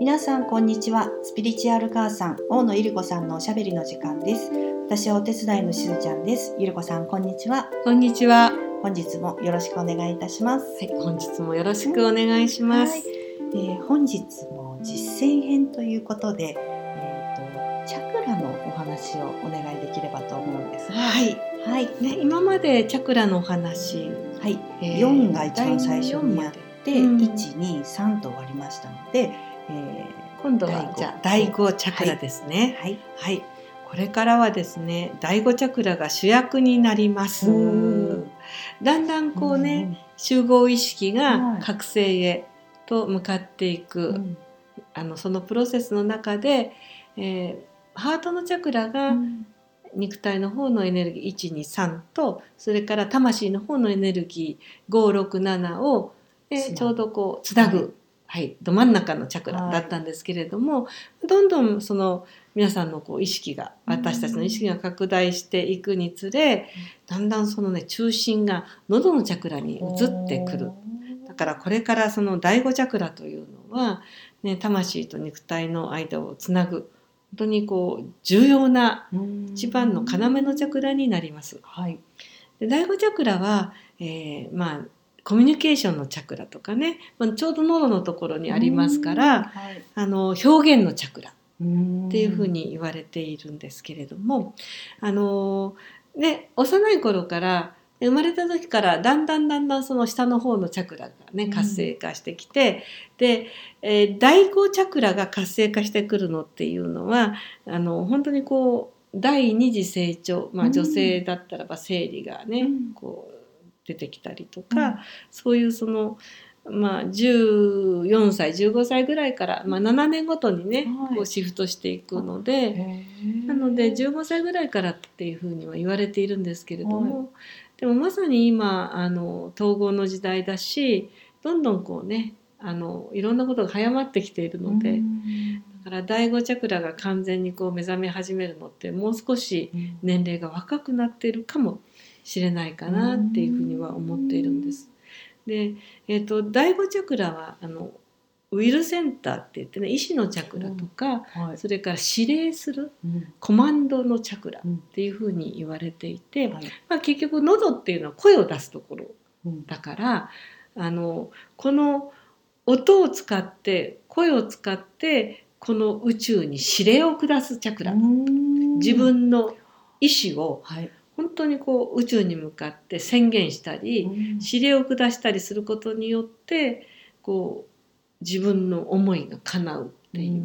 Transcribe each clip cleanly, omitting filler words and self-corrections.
皆さんこんにちは。スピリチュアル母さん大野ゆり子さんのおしゃべりの時間です。私はお手伝いのしずちゃんです。ゆり子さんこんにちは。 こんにちは。 本日もよろしくお願いいたします。 はい、本日もよろしくお願いします。 本日も実践編ということで、チャクラのお話をお願いできればと思うんですが、 はいね、今までチャクラのお話、 4が一番最初にあって、 うん、 1、2、3と終わりましたので、 今度はじゃあ第5チャクラですね。はい、これからはですね、第5チャクラが主役になります。だんだんこうね、集合意識が覚醒へと向かっていく、そのプロセスの中で、ハートのチャクラが肉体の方のエネルギー 1,2,3 と、それから魂の方のエネルギー 5,6,7 を、ちょうどこうつなぐ、ど真ん中のチャクラだったんですけれども、どんどんその皆さんのこう意識が、私たちの意識が拡大していくにつれ、だんだんそのね中心が喉のチャクラに移ってくる。だからこれからその第5チャクラというのは、魂と肉体の間をつなぐ本当にこう重要な一番の要のチャクラになります。で第5チャクラは、コミュニケーションのチャクラとかね、ちょうど喉のところにありますから、表現のチャクラっていうふうに言われているんですけれども、幼い頃から生まれた時からだんだんその下の方のチャクラがね活性化してきて、で、第5チャクラが活性化してくるのっていうのは本当にこう第二次成長、女性だったらば生理がね、こう出てきたりとか、そういうその14歳15歳ぐらいから、7年ごとにね、こうシフトしていくので、なので15歳ぐらいからっていうふうには言われているんですけれども、でもまさに今統合の時代だし、どんどんこうねいろんなことが早まってきているので、だから第5チャクラが完全にこう目覚め始めるのってもう少し年齢が若くなっているかもしれないかなっていうふうには思っているんです。で、第5チャクラはウィルセンターって言ってね、意志のチャクラとか、それから指令する、コマンドのチャクラっていうふうに言われていて、結局喉っていうのは声を出すところだから、この音を使って声を使ってこの宇宙に指令を下すチャクラ、自分の意志を本当にこう宇宙に向かって宣言したり、指令を下したりすることによってこう自分の思いが叶うっていう、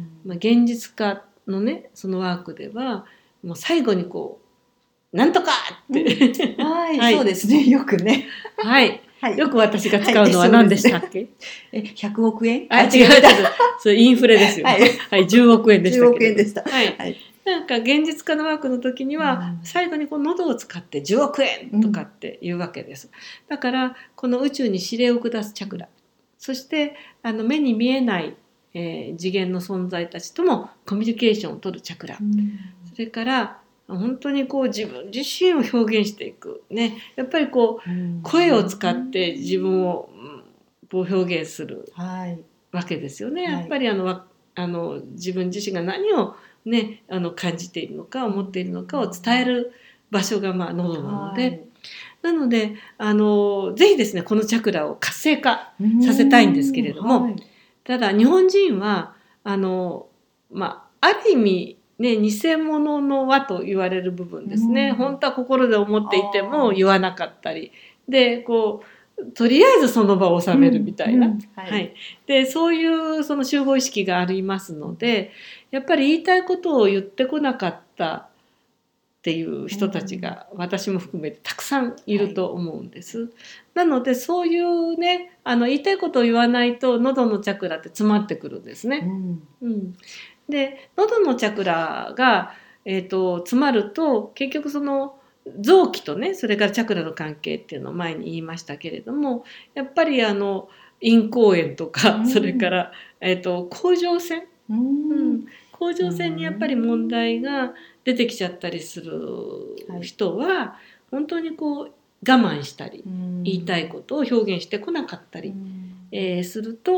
現実化のねそのワークではもう最後にこうなんとかって、 そうですね、よくね、 よく私が使うのは何でしたっけ ？100億円？ 違うそれインフレですよ。10億円でしたけど。10 億円でした。 なんか現実化のワークの時には最後にこう喉を使って10億円とかっていうわけです。だからこの宇宙に指令を下すチャクラ、そして目に見えない、次元の存在たちともコミュニケーションを取るチャクラ、それから本当にこう自分自身を表現していくね、やっぱりこう声を使って自分を表現するわけですよね。やっぱり自分自身が何をね感じているのか思っているのかを伝える場所が喉なので、なのでぜひですねこのチャクラを活性化させたいんですけれども、ただ日本人はある意味偽物の輪と言われる部分ですね。本当は心で思っていても言わなかったりで、こうとりあえずその場を収めるみたいな、でそういうその集合意識がありますので、やっぱり言いたいことを言ってこなかったっていう人たちが私も含めてたくさんいると思うんです。なのでそういうね言いたいことを言わないと喉のチャクラって詰まってくるんですね。で喉のチャクラが、詰まると結局その臓器とねそれからチャクラの関係っていうのを前に言いましたけれども、やっぱり咽喉炎とか、それから、甲状腺、甲状腺にやっぱり問題が出てきちゃったりする人は、本当にこう我慢したり、言いたいことを表現してこなかったり、すると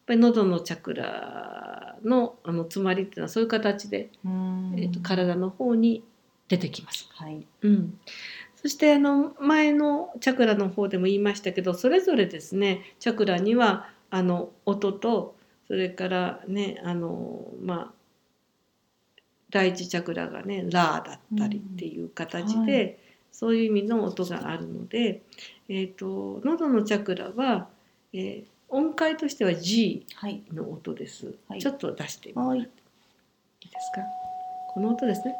ぱり喉のチャクラの詰まりっていうのはそういう形で、体の方に出てきます。 はい。 そして前のチャクラの方でも言いましたけど、それぞれですねチャクラには音と、それからね第一チャクラがねラーだったりっていう形で、はい、そういう意味の音があるので、喉のチャクラは、音階としては G の音です、はい、ちょっと出してみて、はい、いいですか。この音ですね。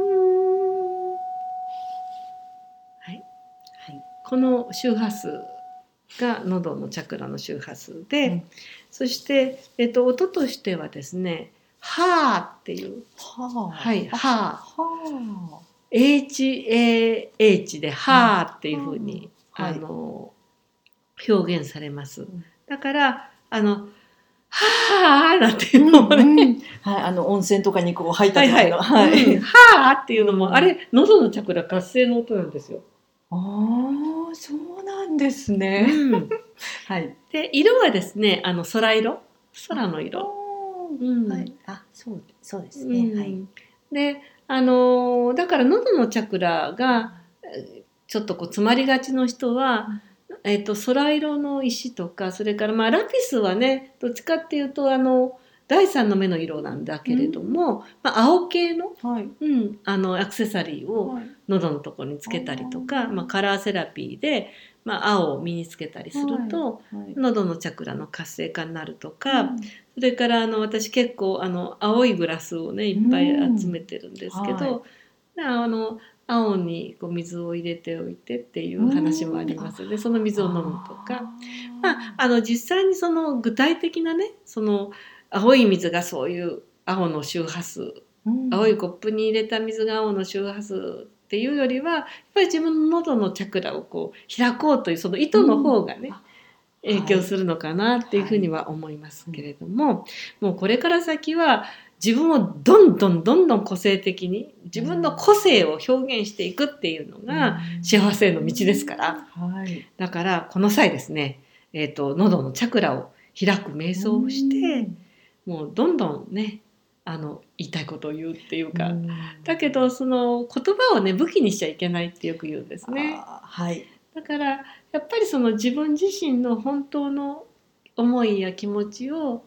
はい、はい、この周波数が喉のチャクラの周波数で、そして、音としてはですね、はーっていう、はい、はー、HAH ではーっていうふうに、表現されます。だからはーなんていうのもね、 はい、温泉とかにこう入った時の、 はーっていうのも、あれ喉のチャクラ活性の音なんですよ。 そうなんですね。はい。 で色はですね空色、空の色。 はい。そうですね。はい。 でだから喉のチャクラがちょっとこう詰まりがちの人は、空色の石とか、それからラピスはねどっちかっていうと第三の目の色なんだけれども、青系の、アクセサリーを喉のところにつけたりとか、カラーセラピーで、青を身につけたりすると、喉のチャクラの活性化になるとか、それから私結構青いグラスをねいっぱい集めてるんですけど、青にこう水を入れておいてっていう話もありますので、その水を飲むとか、実際にその具体的なねその青い水がそういう青の周波数、青いコップに入れた水が青の周波数っていうよりはやっぱり自分の喉のチャクラをこう開こうというその意図の方がね、影響するのかなっていうふうには思いますけれども、もうこれから先は自分をどんどん個性的に自分の個性を表現していくっていうのが幸せへの道ですから、だからこの際ですね、喉のチャクラを開く瞑想をして、もうどんどんね言いたいことを言うっていうか、だけどその言葉をね武器にしちゃいけないってよく言うんですね。だからやっぱりその自分自身の本当の思いや気持ちを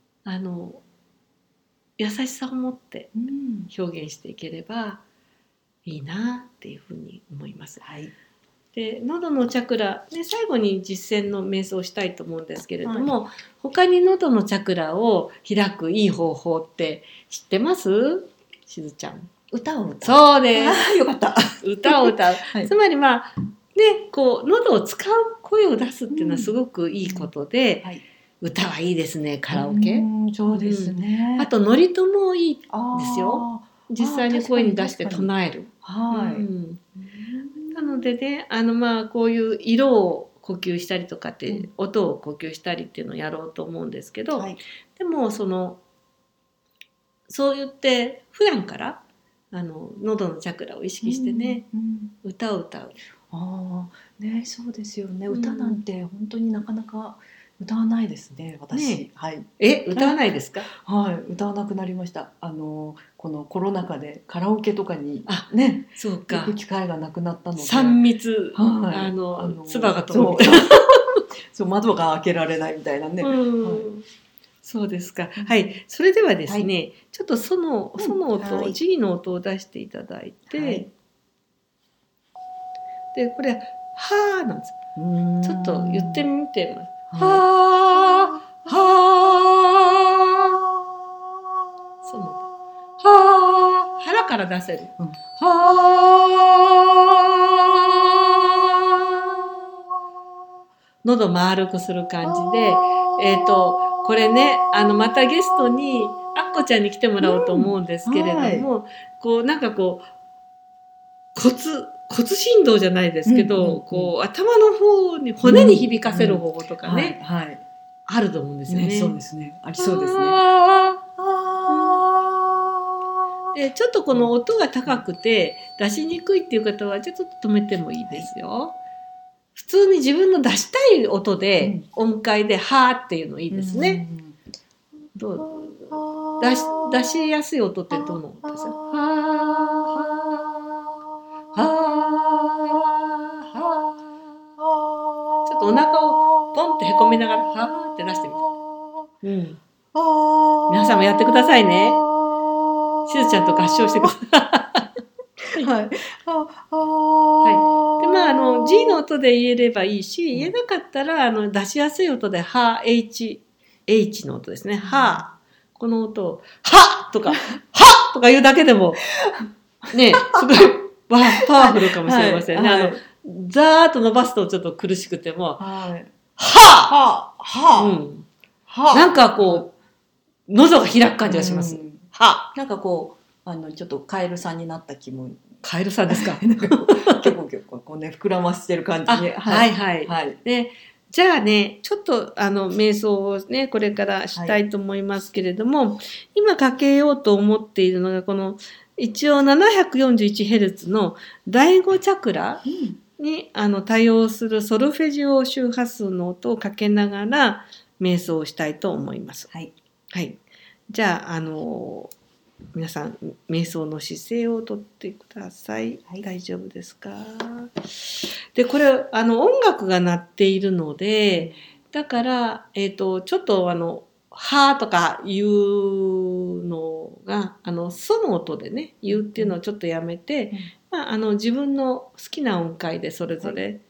優しさを持って表現していければいいなっていうふうに思います。で喉のチャクラ、ね、最後に実践の瞑想をしたいと思うんですけれども、他に喉のチャクラを開くいい方法って知ってます？しずちゃん。 歌を歌う。 そうです。 よかった。 歌を歌う。つまりこう喉を使う声を出すっていうのはすごくいいことで、歌はいいですね、カラオケ。 そうですね。 あとノリともいいですよ。実際に声に出して唱える。なのでねこういう色を呼吸したりとかって、音を呼吸したりっていうのをやろうと思うんですけど、でもそう言って普段から喉のチャクラを意識してね、歌を歌う。 ね、そうですよね。歌なんて本当になかなか歌わないですね、私。 歌わないですか？ 歌わなくなりました。このコロナ禍でカラオケとかにそうか、 行く機会がなくなったので、 3密、唾が飛ぶみたいな、 そう窓が開けられないみたいなね。 そうですか。それではですね、ちょっとその音、G の音を出していただいて、でこれはーなんです。ちょっと言ってみてます。はーはー、そのはー、腹から出せる。はー、喉丸くする感じで、これねまたゲストにあっこちゃんに来てもらおうと思うんですけれども、こうなんかこう骨振動じゃないですけど、こう頭の方に骨に響かせる方法とかね、あると思うんですよね。 そうですね。ありそうですね。 でちょっとこの音が高くて出しにくいっていう方はちょっと止めてもいいですよ。 普通に自分の出したい音で、音階ではーっていうのいいですね。どう出しやすい音ってどの音ですか？はーはーちょっとお腹をポンってへこめながらはーって出してみて。皆さんもやってくださいね。しずちゃんと合唱してください。はい。でG の音で言えればいいし、言えなかったら出しやすい音では H の音ですね。はこの音をはとかはとか言うだけでもねすごいパワフルかもしれませんね。ザーッと伸ばすとちょっと苦しくてもはなんかこう喉が開く感じがします。 なんかこうちょっとカエルさんになった気分。 カエルさんですか？ 結構こうね膨らましてる感じで。 でじゃあねちょっと瞑想をねこれからしたいと思いますけれども、今かけようと思っているのがこの一応 741Hz の第5チャクラに対応するソルフェジオ周波数の音をかけながら瞑想をしたいと思います。はい。じゃあ皆さん瞑想の姿勢をとってください。大丈夫ですか？でこれ音楽が鳴っているのでだからちょっとはとか言うのがその音でね言うっていうのをちょっとやめて、自分の好きな音階でそれぞれ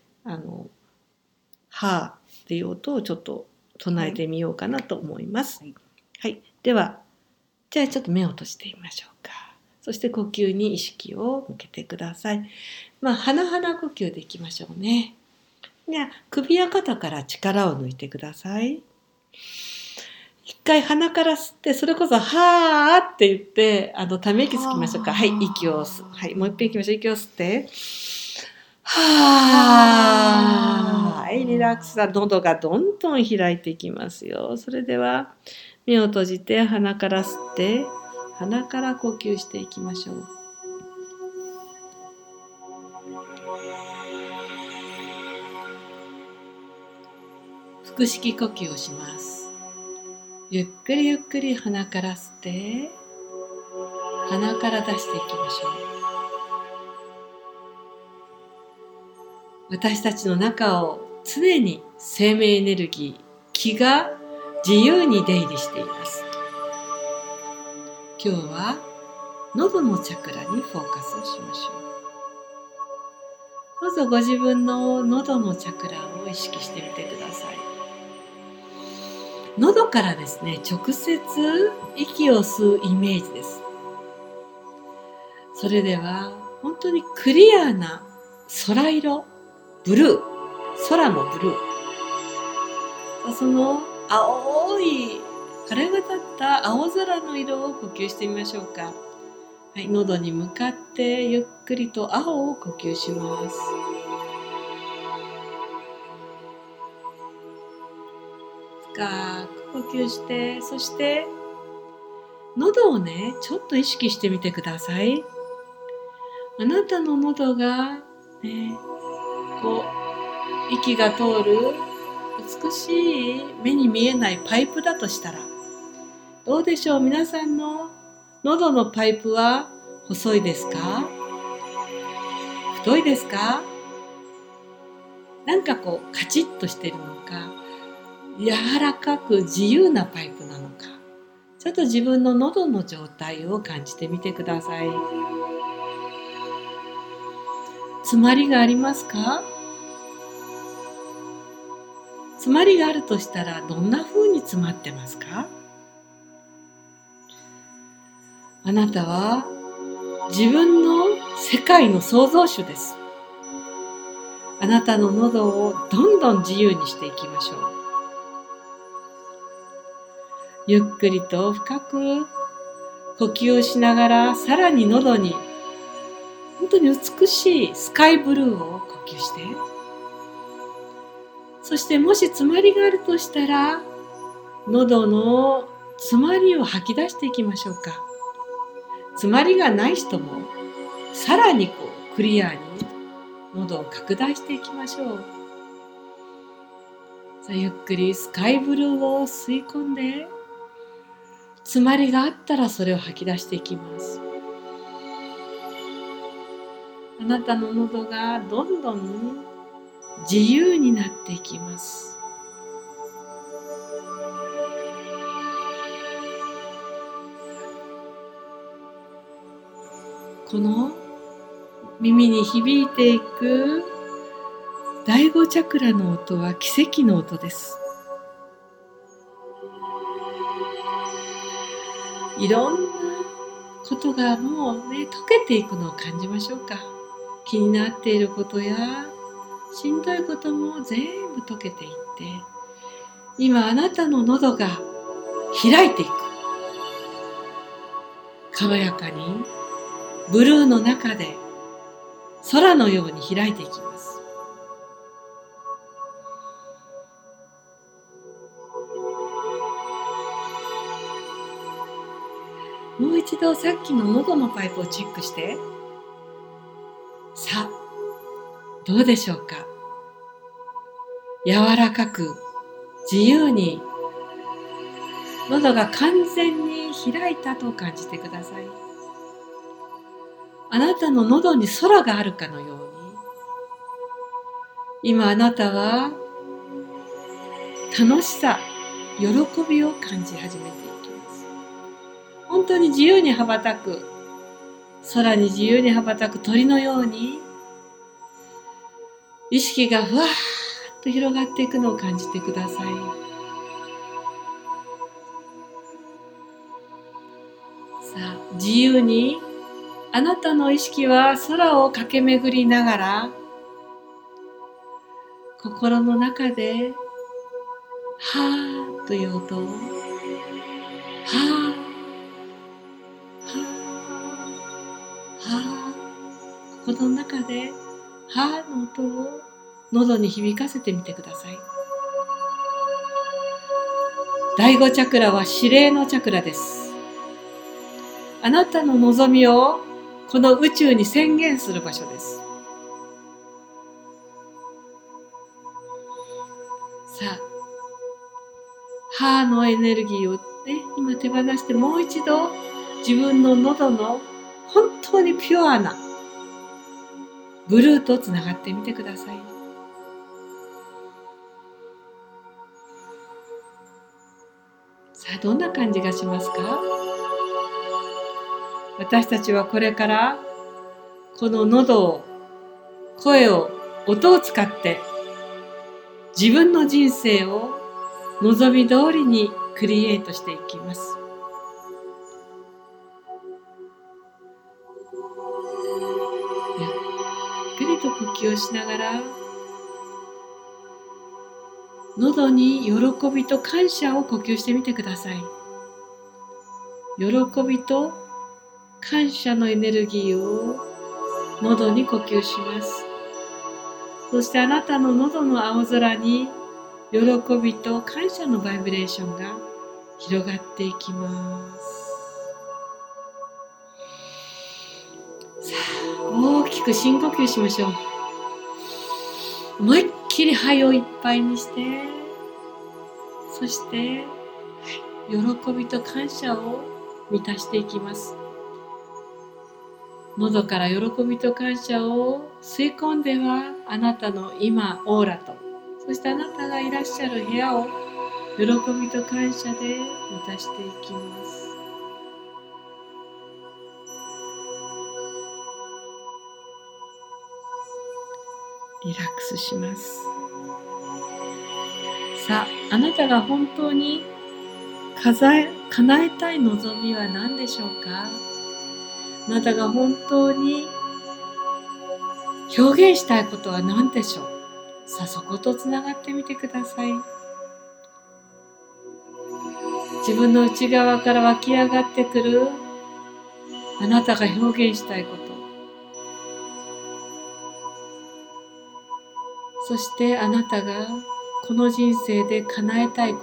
はっていう音をちょっと唱えてみようかなと思います。ではじゃあちょっと目を閉じてみましょうか。そして呼吸に意識を向けてください。鼻呼吸でいきましょうね。じゃあ首や肩から力を抜いてください。一回鼻から吸ってそれこそはーって言ってため息つきましょうか。息を吸う。もう一遍いきましょう。息を吸ってはーリラックスだ。喉がどんどん開いていきますよ。それでは目を閉じて鼻から吸って鼻から呼吸していきましょう。腹式呼吸をします。ゆっくりゆっくり鼻から吸って鼻から出していきましょう。私たちの中を常に生命エネルギー、気が自由に出入りしています。今日は喉のチャクラにフォーカスをしましょう。どうぞご自分の喉のチャクラを意識してみてください。喉からですね、直接息を吸うイメージです。それでは本当にクリアな空色、ブルー、空のブルー、その青い晴れ渡った青空の色を呼吸してみましょうか。喉に向かってゆっくりと青を呼吸します。深く呼吸して、そして喉をねちょっと意識してみてください。あなたの喉がねこう息が通る美しい目に見えないパイプだとしたらどうでしょう。皆さんの喉のパイプは細いですか？太いですか？なんかこうカチッとしているのか柔らかく自由なパイプなのか、ちょっと自分の喉の状態を感じてみてください。詰まりがありますか？詰まりがあるとしたらどんな風に詰まってますか？あなたは自分の世界の創造主です。あなたの喉をどんどん自由にしていきましょう。ゆっくりと深く呼吸をしながらさらに喉に本当に美しいスカイブルーを呼吸して、そしてもし詰まりがあるとしたら喉の詰まりを吐き出していきましょうか。詰まりがない人もさらにこうクリアに喉を拡大していきましょう。 さあゆっくりスカイブルーを吸い込んで、詰まりがあったらそれを吐き出していきます。あなたの喉がどんどん自由になっていきます。この耳に響いていく第5チャクラの音は奇跡の音です。いろんなことがもうね、溶けていくのを感じましょうか。気になっていることやしんどいことも全部溶けていって、今あなたの喉が開いていく。軽やかにブルーの中で空のように開いていきます。もう一度さっきの喉のパイプをチェックして、さあどうでしょうか。柔らかく自由に喉が完全に開いたと感じてください。あなたの喉に空があるかのように、今あなたは楽しさ、喜びを感じ始めていきます。本当に自由に羽ばたく、空に自由に羽ばたく鳥のように、意識がふわーっと広がっていくのを感じてください。さあ、自由にあなたの意識は空を駆け巡りながら、心の中ではーという音を、はーはー、心の中ではーの音を喉に響かせてみてください。第5チャクラは指令のチャクラです。あなたの望みをこの宇宙に宣言する場所です。さあ、はーのエネルギーをね、今手放して、もう一度自分の喉の本当にピュアなブルーとつながってみてください。さあ、どんな感じがしますか？私たちはこれからこの喉を、声を、音を使って自分の人生を望み通りにクリエイトしていきます。ゆっくりと呼吸をしながら、喉に喜びと感謝を呼吸してみてください。喜びと感謝のエネルギーを喉に呼吸します。そしてあなたの喉の青空に喜びと感謝のバイブレーションが広がっていきます。さあ、大きく深呼吸しましょう。思いっきり肺をいっぱいにして、そして喜びと感謝を満たしていきます。喉から喜びと感謝を吸い込んでは、あなたの今オーラと、そしてあなたがいらっしゃる部屋を喜びと感謝で満たしていきます。リラックスします。さあ、あなたが本当に叶えたい望みは何でしょうか？あなたが本当に表現したいことは何でしょう？さあ、そことつながってみてください。自分の内側から湧き上がってくるあなたが表現したいこと、そしてあなたがこの人生で叶えたいこと、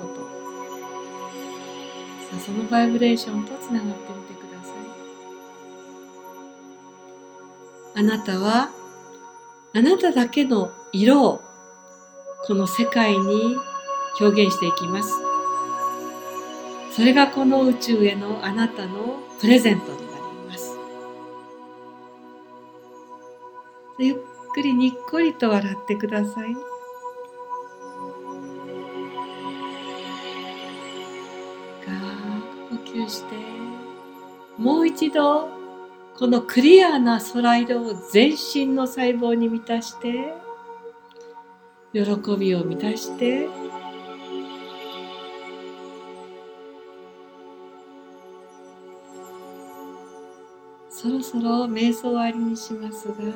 さあ、そのバイブレーションとつながってみてください。あなたはあなただけの色をこの世界に表現していきます。それがこの宇宙へのあなたのプレゼントになります。ゆっくりにっこりと笑ってください。深く呼吸して、もう一度このクリアな空色を全身の細胞に満たして、喜びを満たして、そろそろ瞑想終わりにしますが、さ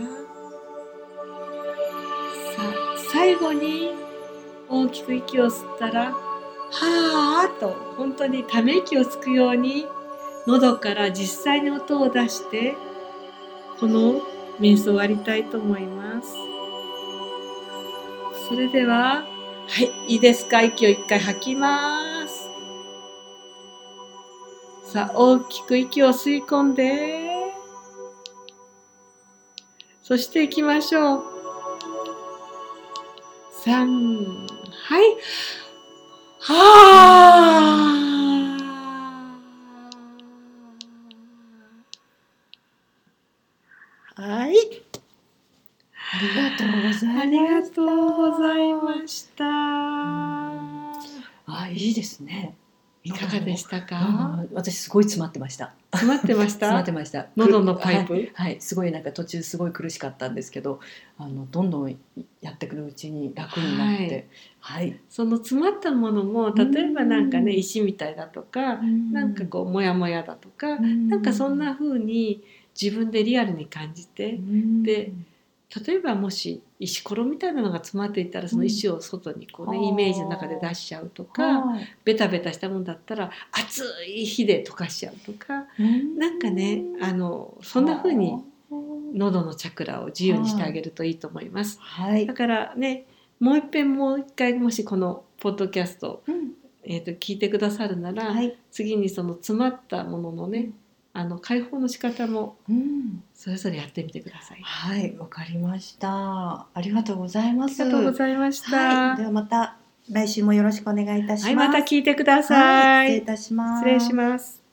あ最後に大きく息を吸ったら、はーっと本当にため息をつくように喉から実際に音を出してこの瞑想を終わりたいと思います。それでは、はい、いいですか？息を一回吐きます。さあ大きく息を吸い込んで、そしていきましょう。3、はい。はー。はい。 ありがとうございました。 ありがとうございました。 いいですね。 いかがでしたか？ 私すごい詰まってました。 詰まってました？ 詰まってました。 喉のパイプ？ はい、すごいなんか途中すごい苦しかったんですけど、どんどんやってくるうちに楽になって、はい。 その詰まったものも例えばなんかね、石みたいだとか、なんかこうモヤモヤだとか、なんかそんな風に自分でリアルに感じて、で例えばもし石ころみたいなのが詰まっていたら、その石を外にこうね、イメージの中で出しちゃうとか、ベタベタしたものだったら熱い火で溶かしちゃうとか、なんかねそんな風に喉のチャクラを自由にしてあげるといいと思います。だからね、もう一回もしこのポッドキャスト、聞いてくださるなら、次にその詰まったもののね、解放の仕方もそれぞれやってみてください。 はい、わかりました。ありがとうございます。 ありがとうございました。 ではまた来週もよろしくお願いいたします。 また聞いてください。 失礼いたします。 失礼します。